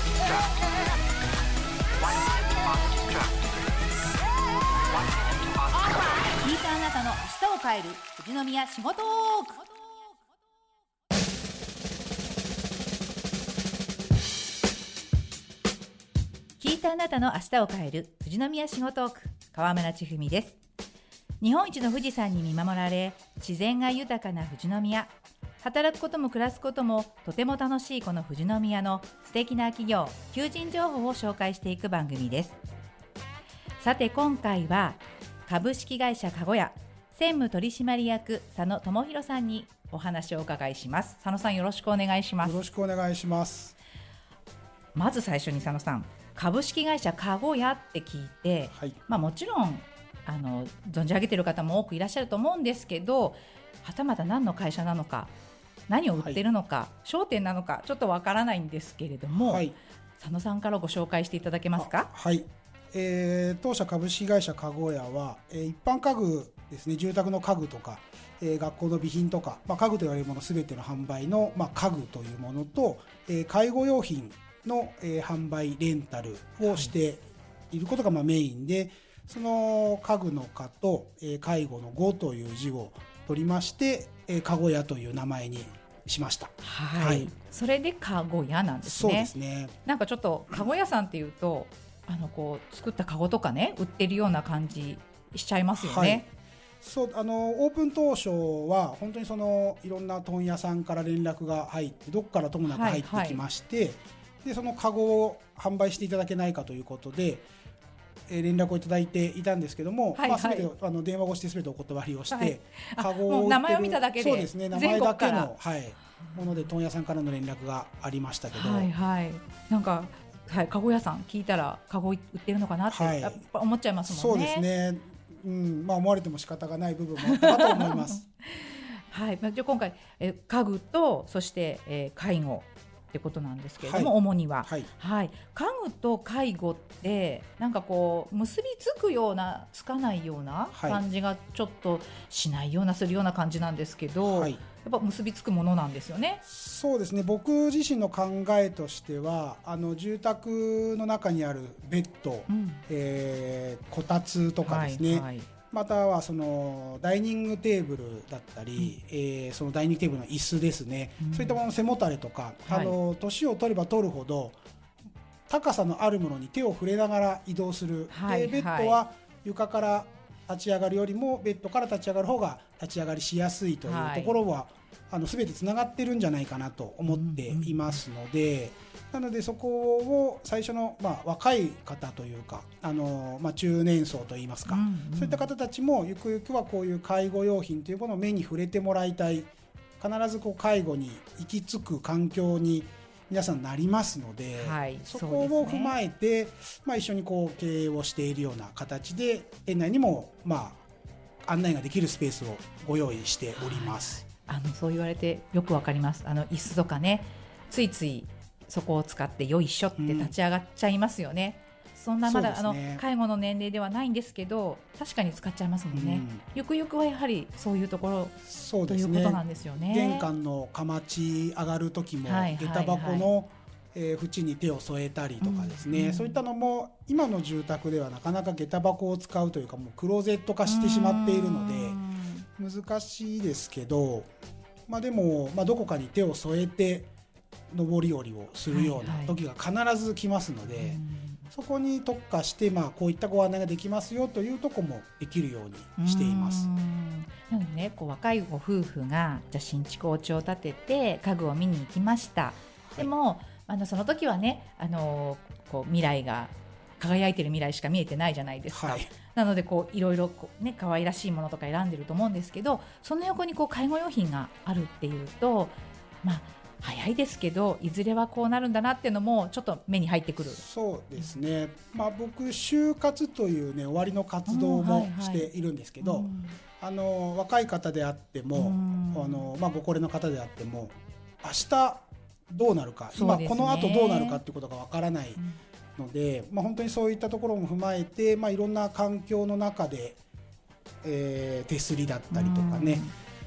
聞いたあなたの明日を変える富士宮仕事トーク。聞いたあなたの明日を変える富士宮仕事トーク、川村千文です。日本一の富士山に見守られ、自然が豊かな富士宮。働くことも暮らすこともとても楽しいこの富士宮の素敵な企業、求人情報を紹介していく番組です。さて今回は株式会社かごや専務取締役佐野智博さんにお話をお伺いします。佐野さん、よろしくお願いします。 よろしくお願いします。 まず最初に佐野さん、株式会社かごやって聞いて、 はい、 もちろん存じ上げている方も多くいらっしゃると思うんですけど、はたまた何の会社なのか、何を売っているのか、商店なのかちょっとわからないんですけれども、佐野さんからご紹介していただけますか。 はい、当社株式会社かごやは、一般家具ですね、住宅の家具とか、学校の備品とか、家具と言われるものすべての販売の、家具というものと、介護用品の、販売レンタルをしていることがメインで、その家具の家と、介護の護という字を取りまして、かごやという名前にしました。 はい、それでかごやなんですね。 そうですね。 なんかちょっとかごやさんっていうと、こう作ったかごとかね、売ってるような感じしちゃいますよね。はい、 そう、オープン当初は本当にいろんな問屋さんから連絡が入って、どこからともなく入ってきまして、でそのかごを販売していただけないかということで、連絡をいただいていたんですけども、全て電話越しで全てお断りをして、かごを売ってる、 名前を見ただけで、 そうですね、名前だけの、もので問屋さんからの連絡がありましたけど、 なんかかご屋さん聞いたらかご売ってるのかなって、やっぱ思っちゃいますもんね。 そうですね、思われても仕方がない部分もあったかと思いますはい、じゃあ今回家具とそして、介護ってことなんですけれども、主には、家具と介護ってなんかこう結びつくようなつかないような感じがちょっとしないようなするような感じなんですけど、やっぱ結びつくものなんですよね。 そうですね、僕自身の考えとしては、住宅の中にあるベッド、こたつとかですね、またはそのダイニングテーブルだったり、そのダイニングテーブルの椅子ですね、そういったものの背もたれとか、年を取れば取るほど高さのあるものに手を触れながら移動する、でベッドは床から立ち上がるよりもベッドから立ち上がる方が立ち上がりしやすいというところは、全てつながってるんじゃないかなと思っていますので、なのでそこを最初の、若い方というか、中年層といいますか、そういった方たちもゆくゆくはこういう介護用品というものを目に触れてもらいたい、必ずこう介護に行き着く環境に皆さんなりますので、そこを踏まえて、一緒にこう経営をしているような形で、園内にも案内ができるスペースをご用意しております。 そう言われてよくわかります。椅子とかね、ついついそこを使ってよいしょって立ち上がっちゃいますよね。そんなまだ、介護の年齢ではないんですけど、確かに使っちゃいますもんね。ゆくゆくはやはりそういうところ、ということなんですよね。 玄関のかまち上がる時も、下駄箱の縁に手を添えたりとかですね、そういったのも今の住宅ではなかなか下駄箱を使うというか、もうクローゼット化してしまっているので難しいですけど、でも、どこかに手を添えて上り下りをするような時が必ず来ますので、そこに特化して、こういったご案内ができますよというところもできるようにしています。 なのでね、若いご夫婦がじゃ新築お家を建てて家具を見に行きました。でもその時はね、未来が輝いてる未来しか見えてないじゃないですか。なのでいろいろ可愛らしいものとか選んでると思うんですけど、その横に介護用品があるっていうと、早いですけどいずれはこうなるんだなっていうのもちょっと目に入ってくる。 そうですね、僕就活というね終わりの活動もしているんですけど、若い方であっても、ご高齢の方であっても、明日どうなるか、この後どうなるかっていうことがわからないので、本当にそういったところも踏まえて、いろんな環境の中で、手すりだったりとかね、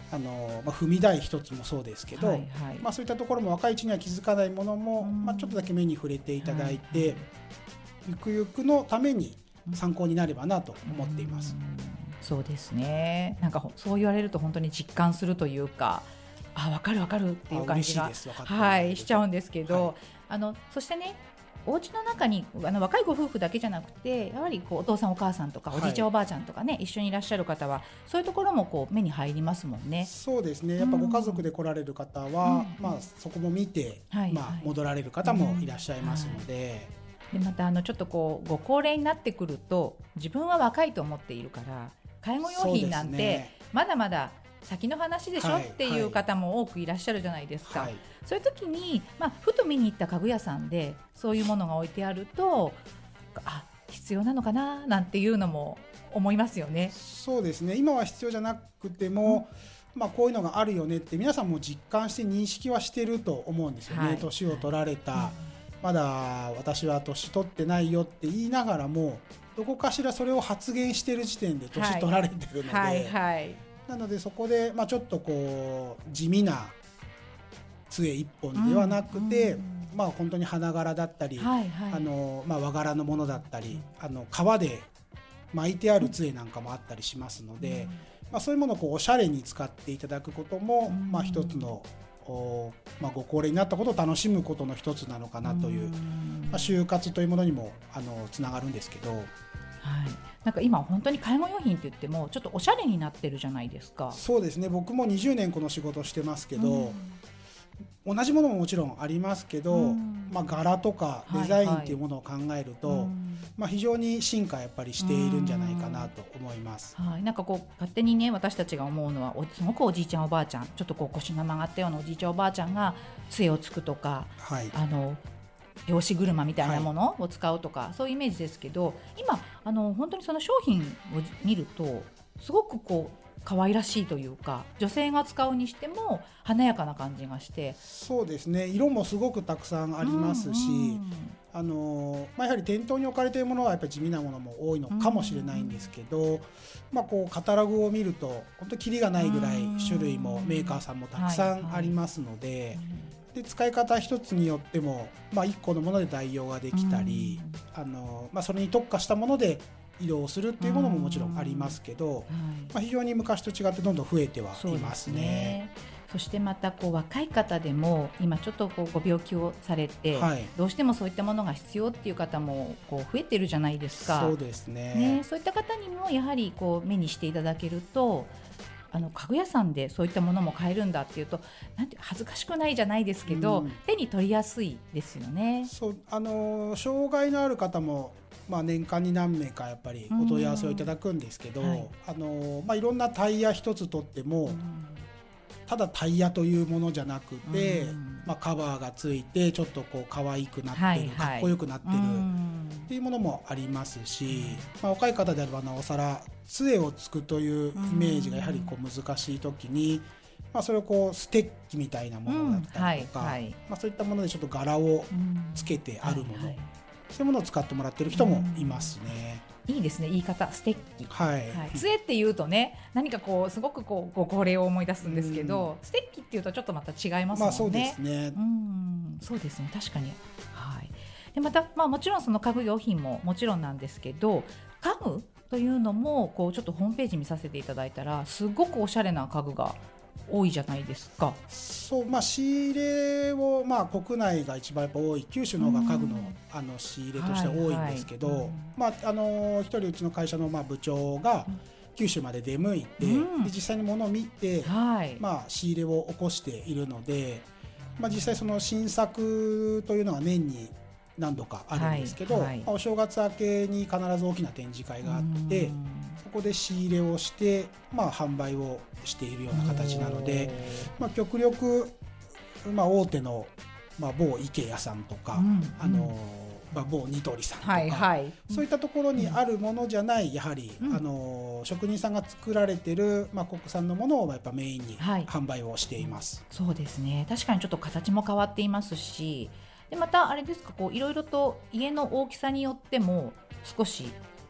踏み台一つもそうですけど、そういったところも若いうちには気づかないものも、ちょっとだけ目に触れていただいて、ゆくゆくのために参考になればなと思っています。 そうですね。なんかそう言われると本当に実感するというか、分かる分かるっていう感じがしちゃうんですけど、そしてね、お家の中に若いご夫婦だけじゃなくて、やはりお父さんお母さんとかおじいちゃんおばあちゃんとかね、一緒にいらっしゃる方はそういうところも目に入りますもんね。 そうですね。やっぱご家族で来られる方は、そこも見て、戻られる方もいらっしゃいますので、 でまたちょっとご高齢になってくると、自分は若いと思っているから介護用品なんてまだまだ先の話でしょっていう方も多くいらっしゃるじゃないですか。そういう時に、ふと見に行った家具屋さんでそういうものが置いてあると、必要なのかななんていうのも思いますよね。 そうですね。今は必要じゃなくても、こういうのがあるよねって皆さんも実感して認識はしてると思うんですよね。年を取られた、まだ私は年取ってないよって言いながらも、どこかしらそれを発言している時点で年取られてるので、なのでそこで、ちょっと地味な杖一本ではなくて、本当に花柄だったり、和柄のものだったり、革で巻いてある杖なんかもあったりしますので、そういうものをおしゃれに使っていただくことも、一つのご高齢になったことを楽しむことの一つなのかなという、就活というものにもつながるんですけど、 なんか今本当に介護用品って言ってもちょっとおしゃれになってるじゃないですか。 そうですね。僕も20年この仕事してますけど、同じものももちろんありますけど、柄とかデザインっていうものを考えると、非常に進化やっぱりしているんじゃないかなと思います。 なんか勝手にね、私たちが思うのは、すごくおじいちゃんおばあちゃん、ちょっと腰が曲がったようなおじいちゃんおばあちゃんが杖をつくとか、拍子車みたいなものを使うとか、そういうイメージですけど、今本当にその商品を見るとすごく可愛らしいというか、女性が使うにしても華やかな感じがして。 そうですね。色もすごくたくさんありますし、やはり店頭に置かれているものはやっぱり地味なものも多いのかもしれないんですけど、カタログを見ると本当にキリがないぐらい種類もメーカーさんもたくさんありますので、で使い方一つによっても、1個のもので代用ができたり、それに特化したもので移動するっていうものももちろんありますけど、非常に昔と違ってどんどん増えてはいますね。 そしてまた若い方でも今ちょっとご病気をされて、どうしてもそういったものが必要っていう方も増えてるじゃないですか。 そうですね。 そういった方にもやはり目にしていただけると、家具屋さんでそういったものも買えるんだっていうと、なんて恥ずかしくないじゃないですけど、手に取りやすいですよね。 障害のある方も年間に何名かやっぱりお問い合わせをいただくんですけど、いろんなタイヤ一つとっても、ただタイヤというものじゃなくて、カバーがついてちょっと可愛くなってる、かっこよくなってるっていうものもありますし、若い方であればなおさら杖をつくというイメージがやはり難しい時に、それをステッキみたいなものだったりとか、そういったものでちょっと柄をつけてあるもの、そういうものを使ってもらってる人もいますね。 いいですね、言い方、ステッキ。杖っていうとね、何かすごくご高齢を思い出すんですけど、ステッキっていうとちょっとまた違いますもんね。 そうですね。 そうですね、確かに。でまた、もちろんその家具用品ももちろんなんですけど、家具というのもちょっとホームページ見させていただいたら、すごくおしゃれな家具が多いじゃないですか。 そう、仕入れを、国内が一番やっぱ多い、九州の方が家具の、仕入れとして多いんですけど、一人うちの会社の部長が九州まで出向いて、で実際に物を見て、仕入れを起こしているので、実際その新作というのは年に何度かあるんですけど、お正月明けに必ず大きな展示会があって、そこで仕入れをして、販売をしているような形なので、極力、大手の、某 IKEA さんとか、某ニトリさんとか、そういったところにあるものじゃない、やはり、職人さんが作られている、国産のものをやっぱメインに販売をしています。 そうですね。確かにちょっと形も変わっていますし、でまたあれですか、いろいろと家の大きさによっても少し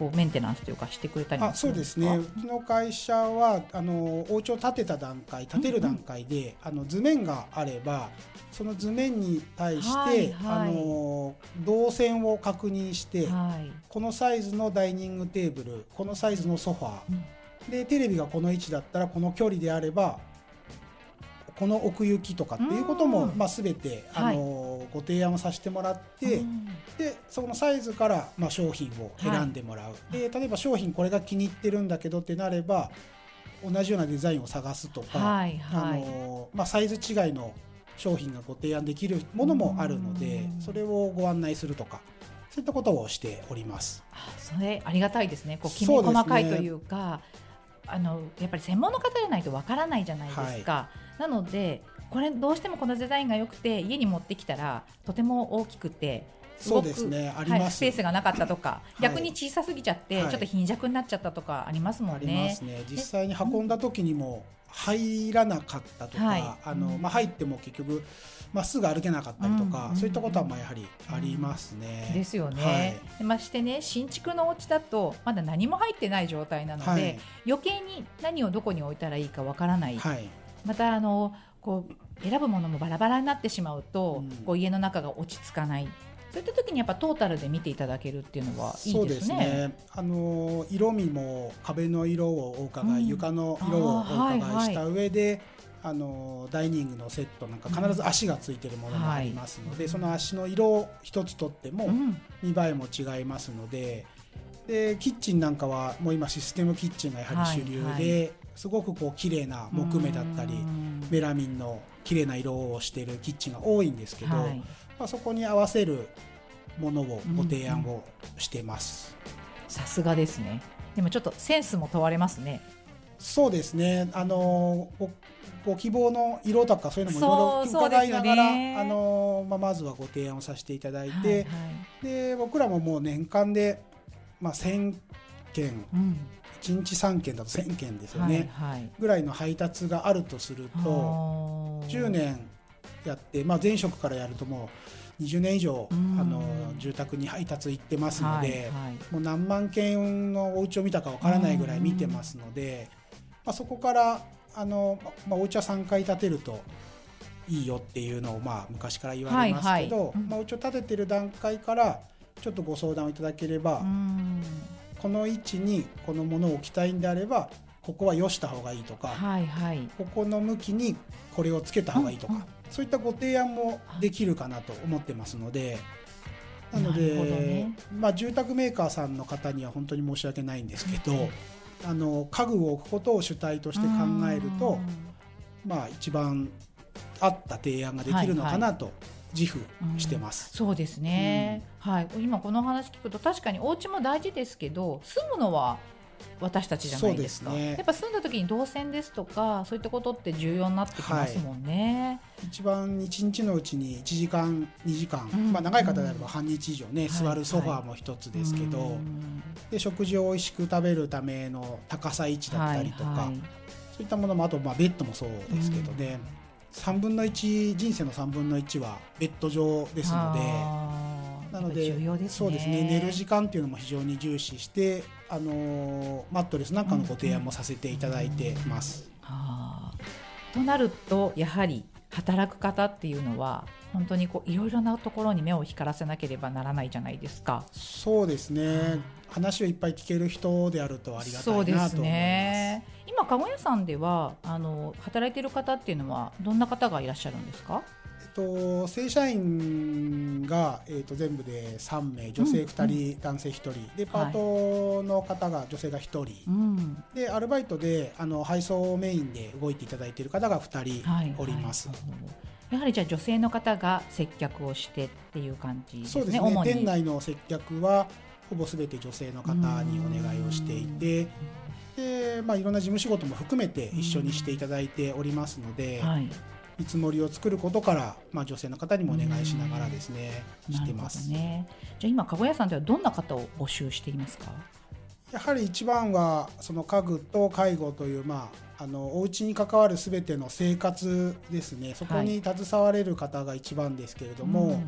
こうメンテナンスというかしてくれたりもするんですか？ そうですね、うちの会社はお家を建てる段階で、図面があればその図面に対して、動線を確認して、このサイズのダイニングテーブル、このサイズのソファー、でテレビがこの位置だったらこの距離であればこの奥行きとかっていうことも、全てご提案をさせてもらって、でそのサイズから、商品を選んでもらう、で例えば商品これが気に入ってるんだけどってなれば同じようなデザインを探すとか、サイズ違いの商品がご提案できるものもあるので、それをご案内するとか、そういったことをしております。 それありがたいですね。こうきめ細かいというか、やっぱり専門の方じゃないとわからないじゃないですか。なのでこれどうしてもこのデザインが良くて家に持ってきたらとても大きくてすごくスペースがなかったとか、逆に小さすぎちゃってちょっと貧弱になっちゃったとかありますもんね。 ありますね。実際に運んだ時にも入らなかったとか、入っても結局まっすぐ歩けなかったりとか、そういったことはやはりありますね。 ですよね。でましてね、新築のお家だとまだ何も入ってない状態なので、余計に何をどこに置いたらいいかわからない、またこう選ぶものもバラバラになってしまうと、こう家の中が落ち着かない、そういった時にやっぱトータルで見ていただけるっていうのはいいですね。そうですね。 色味も壁の色をお伺い、床の色をお伺いした上で、ダイニングのセットなんか必ず足がついているものもありますので、その足の色を一つとっても見栄えも違いますので、でキッチンなんかはもう今システムキッチンがやはり主流で、すごくこう綺麗な木目だったりメラミンの綺麗な色をしているキッチンが多いんですけど、そこに合わせるものをご提案をしてます。 さすがですね。でもちょっとセンスも問われますね。 そうですね。ご希望の色とかそういうのもいろいろ伺いながら、まずはご提案をさせていただいて、で僕らももう年間で、1000件、1日3件だと1000件ですよね、ぐらいの配達があるとすると、10年やって、前職からやるともう20年以上、住宅に配達行ってますので、もう何万件のお家を見たかわからないぐらい見てますので、そこからお家は3回建てるといいよっていうのを昔から言われますけど、お家を建ててる段階からちょっとご相談をいただければ、この位置にこのものを置きたいんであればここはよした方がいいとか、ここの向きにこれをつけた方がいいとか、そういったご提案もできるかなと思ってますので、なので、住宅メーカーさんの方には本当に申し訳ないんですけど、家具を置くことを主体として考えると、一番合った提案ができるのかなと自負してます。 そうですね、今この話聞くと確かにお家も大事ですけど、住むのは私たちじゃないですか。やっぱ住んだ時に動線ですとかそういったことって重要になってきますもんね。 一番1日のうちに1時間2時間、長い方であれば半日以上ね、座るソファーも一つですけど、で食事を美味しく食べるための高さ位置だったりとか、そういったものも、あとベッドもそうですけどね、3分の1、人生の3分の1はベッド上ですので、なのでそうですね、寝る時間っていうのも非常に重視して、マットレスなんかのご提案もさせていただいてます。 となるとやはり働く方っていうのは本当にいろいろなところに目を光らせなければならないじゃないですか。 そうですね、話をいっぱい聞ける人であるとありがたいなと思います。そうですね。 今かごやさんでは働いている方っていうのはどんな方がいらっしゃるんですか？ 正社員が、全部で3名、女性2人、男性1人で、パートの方が女性が1人、でアルバイトで配送メインで動いていただいている方が2人おります。 やはりじゃあ女性の方が接客をしてっていう感じですね。 そうですね、店内の接客はほぼ全て女性の方にお願いをしていて、でいろんな事務仕事も含めて一緒にしていただいておりますので、見積もりを作ることから、女性の方にもお願いしながらですね、してます。 じゃあ今かごやさんではどんな方を募集していますか？ やはり一番はその家具と介護という、お家に関わるすべての生活ですね、そこに携われる方が一番ですけれども、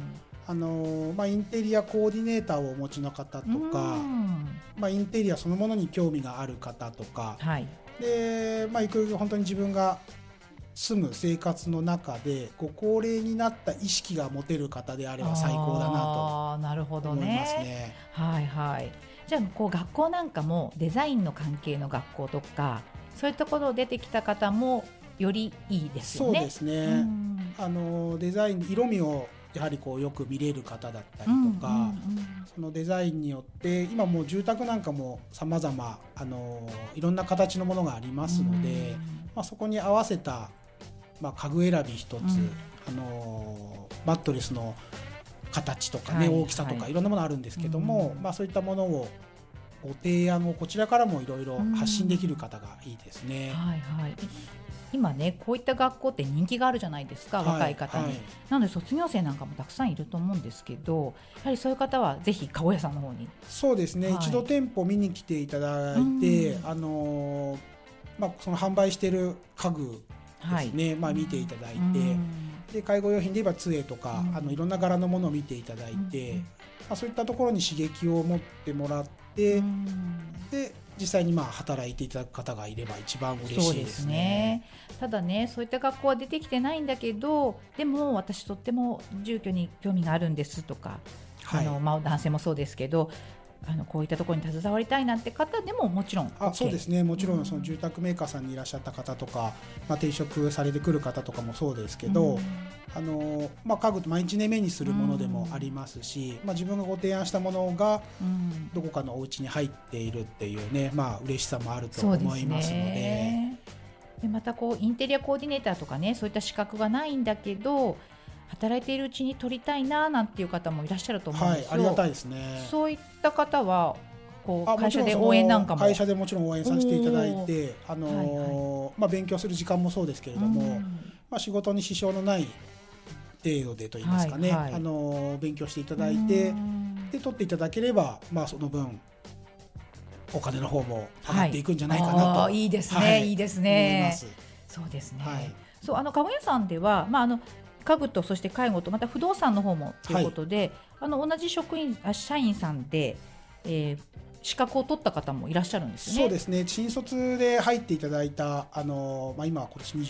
インテリアコーディネーターをお持ちの方とか、インテリアそのものに興味がある方とか、で、ゆくゆく本当に自分が住む生活の中でご高齢になった意識が持てる方であれば最高だなと思いますね。 じゃあ学校なんかもデザインの関係の学校とかそういったことを出てきた方もよりいいですよね。 そうですね、デザイン色味をやはりよく見れる方だったりとか、そのデザインによって今もう住宅なんかも様々いろんな形のものがありますので、そこに合わせた、家具選び一つ、マットレスの形とかね、大きさとかいろんなものあるんですけども、そういったものをご提案をこちらからもいろいろ発信できる方がいいですね。 今ねこういった学校って人気があるじゃないですか、若い方に、なので卒業生なんかもたくさんいると思うんですけど、やはりそういう方はぜひ籠屋さんの方に。 そうですね、一度店舗見に来ていただいて、その販売している家具ですね、見ていただいて、で介護用品で言えば杖とか、いろんな柄のものを見ていただいて、そういったところに刺激を持ってもらって、で実際に働いていただく方がいれば一番嬉しいですね。 ただねそういった学校は出てきてないんだけど、でも私とっても住居に興味があるんですとか、男性もそうですけどこういったところに携わりたいなんて方でももちろん OK。 そうですね、もちろんその住宅メーカーさんにいらっしゃった方とか、転職されてくる方とかもそうですけど、家具って1年目にするものでもありますし、自分がご提案したものがどこかのお家に入っているっていうね、嬉しさもあると思いますので。 でまたインテリアコーディネーターとかね、そういった資格がないんだけど働いているうちに取りたいななんていう方もいらっしゃると思うんですよ。 ありがたいですね。 そういった方は会社で応援なんかも。 会社でもちろん応援させていただいて、勉強する時間もそうですけれども、仕事に支障のない程度でといいますかね、勉強していただいて、で取っていただければ、その分お金の方も上がっていくんじゃないかなと、 いいですね、いいですね、 思います。 そうですね、そう家具屋さんでは、家具とそして介護とまた不動産の方もということで、同じ社員さんで、資格を取った方もいらっしゃるんですよね。 そうですね、新卒で入っていただいた今年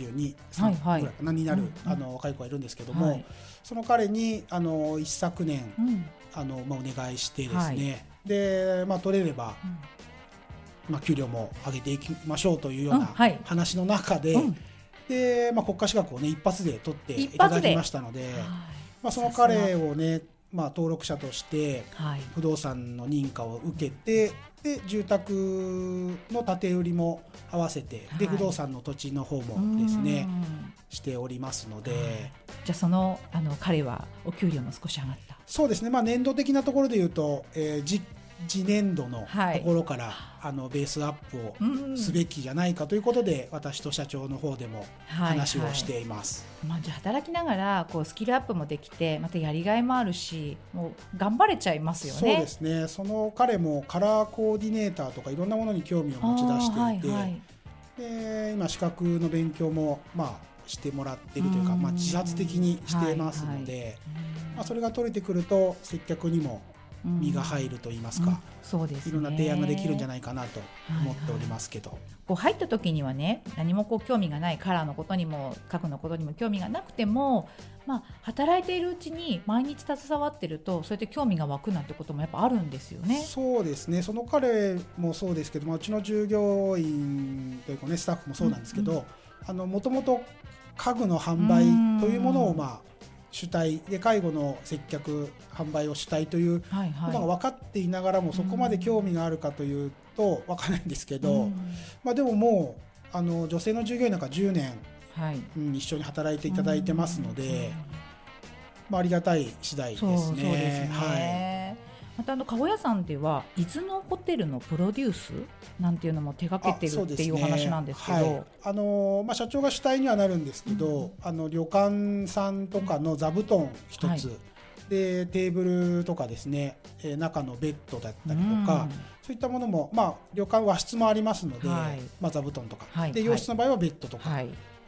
22、3ぐらいかなになる、若い子がいるんですけども、その彼に一昨年、お願いしてですね、で、取れれば、給料も上げていきましょうというような話の中で、で国家資格をね一発で取っていただきましたので、その彼をね、登録者として不動産の認可を受けて、で住宅の建て売りも合わせて、で不動産の土地の方もですねしておりますので、 じゃあその彼はお給料も少し上がった。 そうですね、年度的なところでいうと、次年度のところから、ベースアップをすべきじゃないかということで、私と社長の方でも話をしています。 じゃあ働きながらスキルアップもできて、またやりがいもあるし、もう頑張れちゃいますよね。 そうですね、その彼もカラーコーディネーターとかいろんなものに興味を持ち出していて、で今資格の勉強もしてもらっているというか、自発的にしてますので、それが取れてくると接客にも身が入ると言いますか、 そうですね、 いろんな提案ができるんじゃないかなと思っておりますけど、 入った時にはね、何も興味がないカラーのことにも家具のことにも興味がなくても、働いているうちに毎日携わってるとそうやって興味が湧くなんてこともやっぱあるんですよね。 そうですね、その彼もそうですけども、うちの従業員というかね、スタッフもそうなんですけど、もともと家具の販売というものを主体で、介護の接客販売を主体ということが分かっていながらも、そこまで興味があるかというと分からないんですけど、でももう女性の従業員なんか10年、一緒に働いていただいてますので、ありがたい次第ですね。 そうですね、また籠屋さんでは伊豆のホテルのプロデュースなんていうのも手掛けてるっていうお話なんですけど、 社長が主体にはなるんですけど、旅館さんとかの座布団一つ、でテーブルとかですね、中のベッドだったりとか、そういったものも、旅館和室もありますので、座布団とか、で洋室の場合はベッドとか、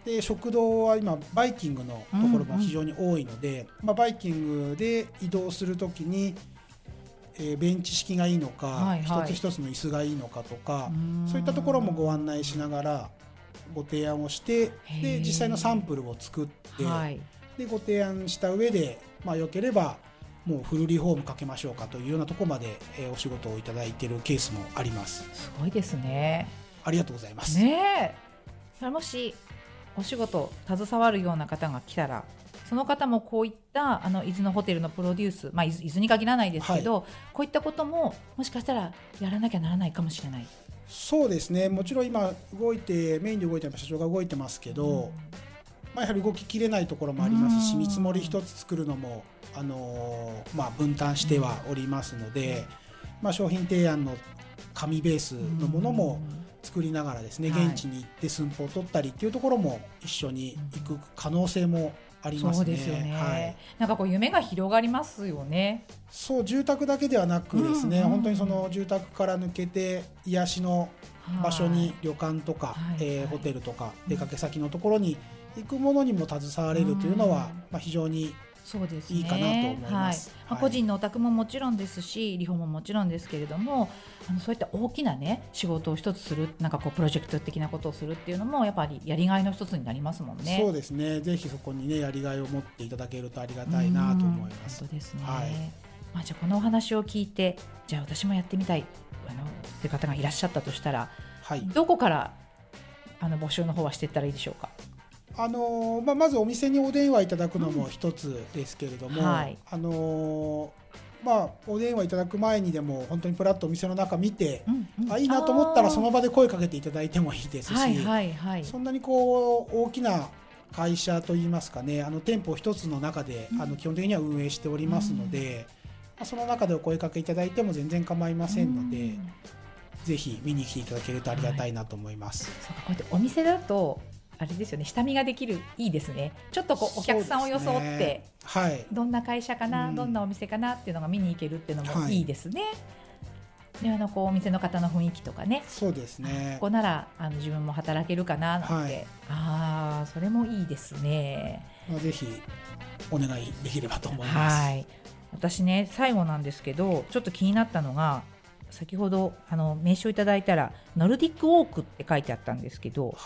で食堂は今バイキングのところも非常に多いので、バイキングで移動するときに、ベンチ式がいいのか、一つ一つの椅子がいいのかとか、そういったところもご案内しながらご提案をして、で実際のサンプルを作って、でご提案した上で、よければもうフルリフォームかけましょうかというようなところまで、お仕事をいただいているケースもあります。 すごいですね。 ありがとうございます。 もしお仕事携わるような方が来たら、その方もこういった伊豆のホテルのプロデュース、伊豆に限らないですけど、こういったことももしかしたらやらなきゃならないかもしれない。 そうですね。もちろん今メインで動いている社長が動いてますけど、やはり動ききれないところもありますし、見積もり一つ作るのも分担してはおりますので、商品提案の紙ベースのものも作りながらですね、現地に行って寸法を取ったりっていうところも一緒に行く可能性もありますね。 そうですよね。なんかこう夢が広がりますよね。 そう、住宅だけではなくですね、本当にその住宅から抜けて癒しの場所に旅館とか、ホテルとか出かけ先のところに行くものにも携われるというのは、非常にいいかなと思います。 個人のお宅ももちろんですし、リフォームももちろんですけれども、そういった大きなね仕事を一つする、なんかこうプロジェクト的なことをするっていうのもやっぱりやりがいの一つになりますもんね。 そうですね。ぜひそこにねやりがいを持っていただけるとありがたいなと思います。 本当ですね。じゃあこのお話を聞いて、じゃあ私もやってみたいという方がいらっしゃったとしたら、どこから募集の方はしていったらいいでしょうか。 まずお店にお電話いただくのも一つですけれども、お電話いただく前にでも本当にプラッとお店の中見て、いいなと思ったらその場で声かけていただいてもいいですし、そんなにこう大きな会社といいますかね、店舗一つの中で基本的には運営しておりますので、その中でお声かけいただいても全然構いませんので、ぜひ見に来ていただけるとありがたいなと思います。 そうか、こうやってお店だとあれですよね、下見ができる、いいですね。ちょっとこうお客さんを装って、どんな会社かな、どんなお店かなっていうのが見に行けるっていうのもいいですね。でこうお店の方の雰囲気とかね、 そうですね、 ここなら自分も働けるかななんて、それもいいですね。 ぜひお願いできればと思います。 私ね、最後なんですけど、ちょっと気になったのが、先ほど名刺をいただいたらノルディックウォークって書いてあったんですけど、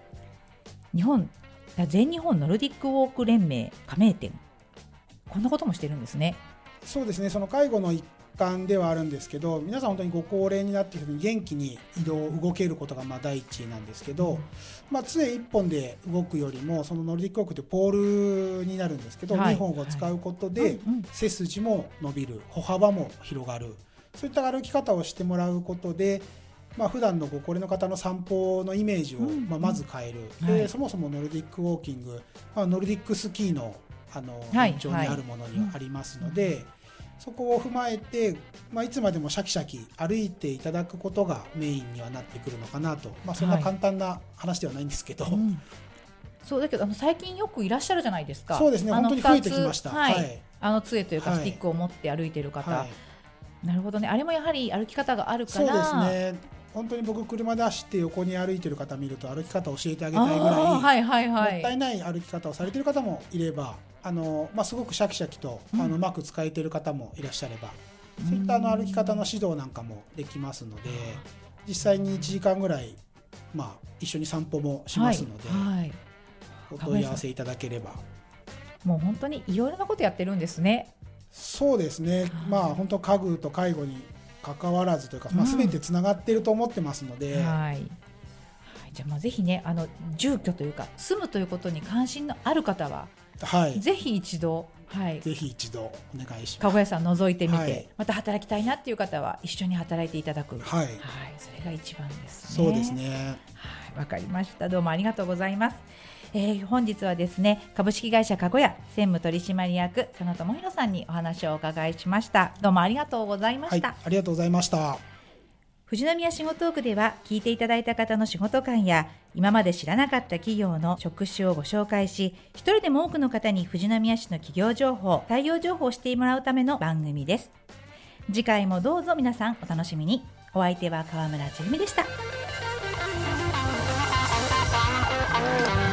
全日本ノルディックウォーク連盟加盟店、こんなこともしてるんですね。そうですね。 その介護の一環ではあるんですけど、皆さん本当にご高齢になっているのに元気に動けることが第一なんですけど、杖1本で動くよりも、そのノルディックウォークってポールになるんですけど、2本を使うことで背筋も伸びる、歩幅も広がる、そういった歩き方をしてもらうことで、普段のご高齢の方の散歩のイメージをまず変える。でそもそもノルディックウォーキング、ノルディックスキーの延長にあるものにありますので、そこを踏まえて、いつまでもシャキシャキ歩いていただくことがメインにはなってくるのかなと、そんな簡単な話ではないんですけど、 そうだけど最近よくいらっしゃるじゃないですか。 そうですね、本当に増えてきました。 杖というかスティックを持って歩いている方、なるほどね。あれもやはり歩き方があるから。 そうですね。本当に僕車で走って横に歩いてる方見ると歩き方を教えてあげたいぐらいもったいない歩き方をされてる方もいれば、すごくシャキシャキとうまく使えてる方もいらっしゃれば、そういった歩き方の指導なんかもできますので、実際に1時間ぐらい、一緒に散歩もしますので、お問い合わせいただければ。 もう本当にいろいろなことやってるんですね。 そうですね。本当家具と介護に関わらずというか、全てつながっていると思ってますので、じゃあぜひね、住居というか住むということに関心のある方は、ぜひ一度、 ぜひ一度お願いします。 かごやさん覗いてみて、また働きたいなっていう方は一緒に働いていただく、それが一番ですね。 そうですね。 わかりました。どうもありがとうございます。本日はですね、株式会社かごや専務取締役佐野智弘さんにお話をお伺いしました。どうもありがとうございました。 ありがとうございました。 富士宮仕事トークでは、聞いていただいた方の仕事観や今まで知らなかった企業の職種をご紹介し、一人でも多くの方に富士宮市の企業情報、採用情報をしてもらうための番組です。次回もどうぞ皆さんお楽しみに。お相手は川村千文でした。